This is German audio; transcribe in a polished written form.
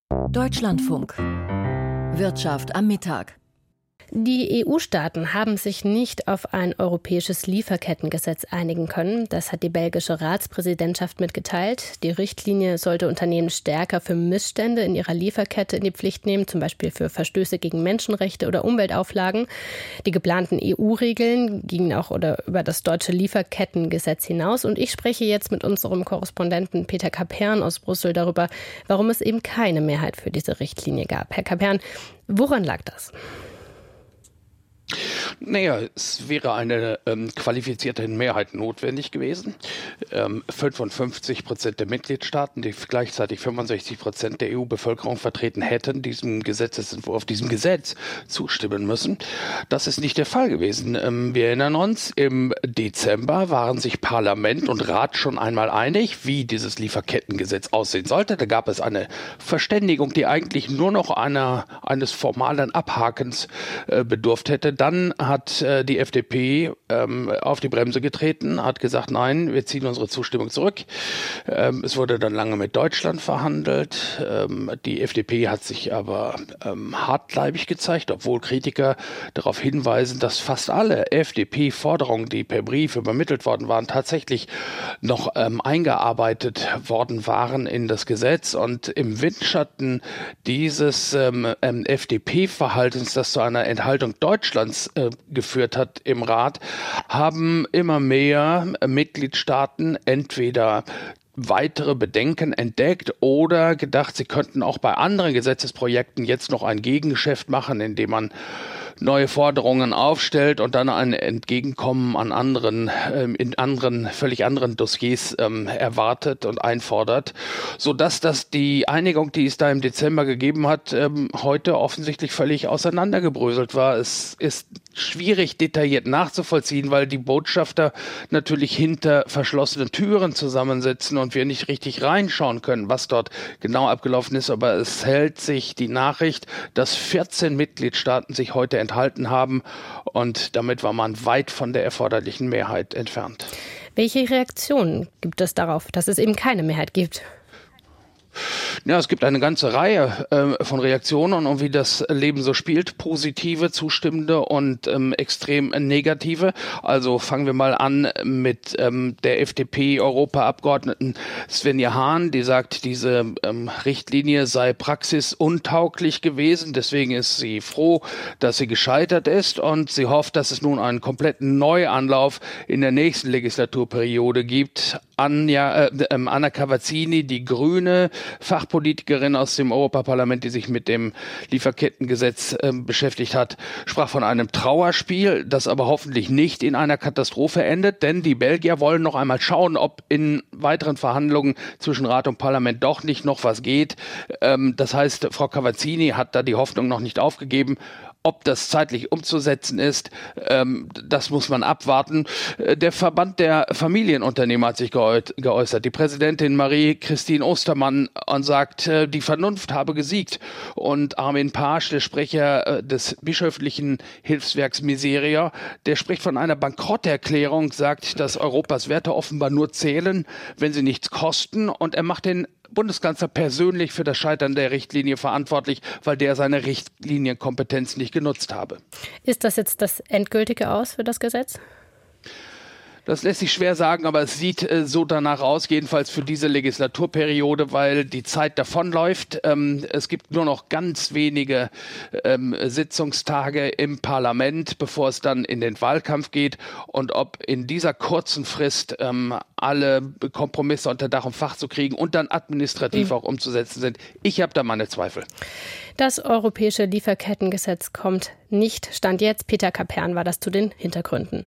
Deutschlandfunk. Wirtschaft am Mittag. Die EU-Staaten haben sich nicht auf ein europäisches Lieferkettengesetz einigen können. Das hat die belgische Ratspräsidentschaft mitgeteilt. Die Richtlinie sollte Unternehmen stärker für Missstände in ihrer Lieferkette in die Pflicht nehmen, zum Beispiel für Verstöße gegen Menschenrechte oder Umweltauflagen. Die geplanten EU-Regeln gingen auch über das deutsche Lieferkettengesetz hinaus. Und ich spreche jetzt mit unserem Korrespondenten Peter Kapern aus Brüssel darüber, warum es eben keine Mehrheit für diese Richtlinie gab. Herr Kapern, woran lag das? Naja, es wäre eine qualifizierte Mehrheit notwendig gewesen. 55% der Mitgliedstaaten, die gleichzeitig 65% der EU-Bevölkerung vertreten hätten, diesem Gesetzesentwurf, diesem Gesetz zustimmen müssen. Das ist nicht der Fall gewesen. Wir erinnern uns, im Dezember waren sich Parlament und Rat schon einmal einig, wie dieses Lieferkettengesetz aussehen sollte. Da gab es eine Verständigung, die eigentlich nur noch eines formalen Abhakens bedurft hätte. Dann hat die FDP auf die Bremse getreten, hat gesagt, nein, wir ziehen unsere Zustimmung zurück. Es wurde dann lange mit Deutschland verhandelt. Die FDP hat sich aber hartleibig gezeigt, obwohl Kritiker darauf hinweisen, dass fast alle FDP-Forderungen, die per Brief übermittelt worden waren, tatsächlich noch eingearbeitet worden waren in das Gesetz. Und im Windschatten dieses FDP-Verhaltens, das zu einer Enthaltung Deutschlands geführt hat im Rat, haben immer mehr Mitgliedstaaten entweder weitere Bedenken entdeckt oder gedacht, sie könnten auch bei anderen Gesetzesprojekten jetzt noch ein Gegengeschäft machen, indem man neue Forderungen aufstellt und dann ein Entgegenkommen an völlig anderen Dossiers erwartet und einfordert, sodass die Einigung, die es da im Dezember gegeben hat, heute offensichtlich völlig auseinandergebröselt war. Es ist schwierig detailliert nachzuvollziehen, weil die Botschafter natürlich hinter verschlossenen Türen zusammensitzen und wir nicht richtig reinschauen können, was dort genau abgelaufen ist. Aber es hält sich die Nachricht, dass 14 Mitgliedstaaten sich heute enthalten haben und damit war man weit von der erforderlichen Mehrheit entfernt. Welche Reaktionen gibt es darauf, dass es eben keine Mehrheit gibt? Ja, es gibt eine ganze Reihe von Reaktionen und wie das Leben so spielt, positive, zustimmende und extrem negative. Also fangen wir mal an mit der FDP-Europaabgeordneten Svenja Hahn, die sagt, diese Richtlinie sei praxisuntauglich gewesen. Deswegen ist sie froh, dass sie gescheitert ist und sie hofft, dass es nun einen kompletten Neuanlauf in der nächsten Legislaturperiode gibt. Anna Cavazzini, die grüne Fachpolitikerin aus dem Europaparlament, die sich mit dem Lieferkettengesetz beschäftigt hat, sprach von einem Trauerspiel, das aber hoffentlich nicht in einer Katastrophe endet, denn die Belgier wollen noch einmal schauen, ob in weiteren Verhandlungen zwischen Rat und Parlament doch nicht noch was geht. Das heißt, Frau Cavazzini hat da die Hoffnung noch nicht aufgegeben. Ob das zeitlich umzusetzen ist, das muss man abwarten. Der Verband der Familienunternehmer hat sich geäußert. Die Präsidentin Marie-Christine Ostermann sagt, die Vernunft habe gesiegt. Und Armin Paasch, der Sprecher des bischöflichen Hilfswerks Miseria, der spricht von einer Bankrotterklärung, sagt, dass Europas Werte offenbar nur zählen, wenn sie nichts kosten. Und er macht den Bundeskanzler persönlich für das Scheitern der Richtlinie verantwortlich, weil der seine Richtlinienkompetenz nicht genutzt habe. Ist das jetzt das endgültige Aus für das Gesetz? Das lässt sich schwer sagen, aber es sieht so danach aus, jedenfalls für diese Legislaturperiode, weil die Zeit davonläuft. Es gibt nur noch ganz wenige Sitzungstage im Parlament, bevor es dann in den Wahlkampf geht. Und ob in dieser kurzen Frist alle Kompromisse unter Dach und Fach zu kriegen und dann administrativ auch umzusetzen sind, ich habe da meine Zweifel. Das europäische Lieferkettengesetz kommt nicht. Stand jetzt. Peter Kapern war das zu den Hintergründen.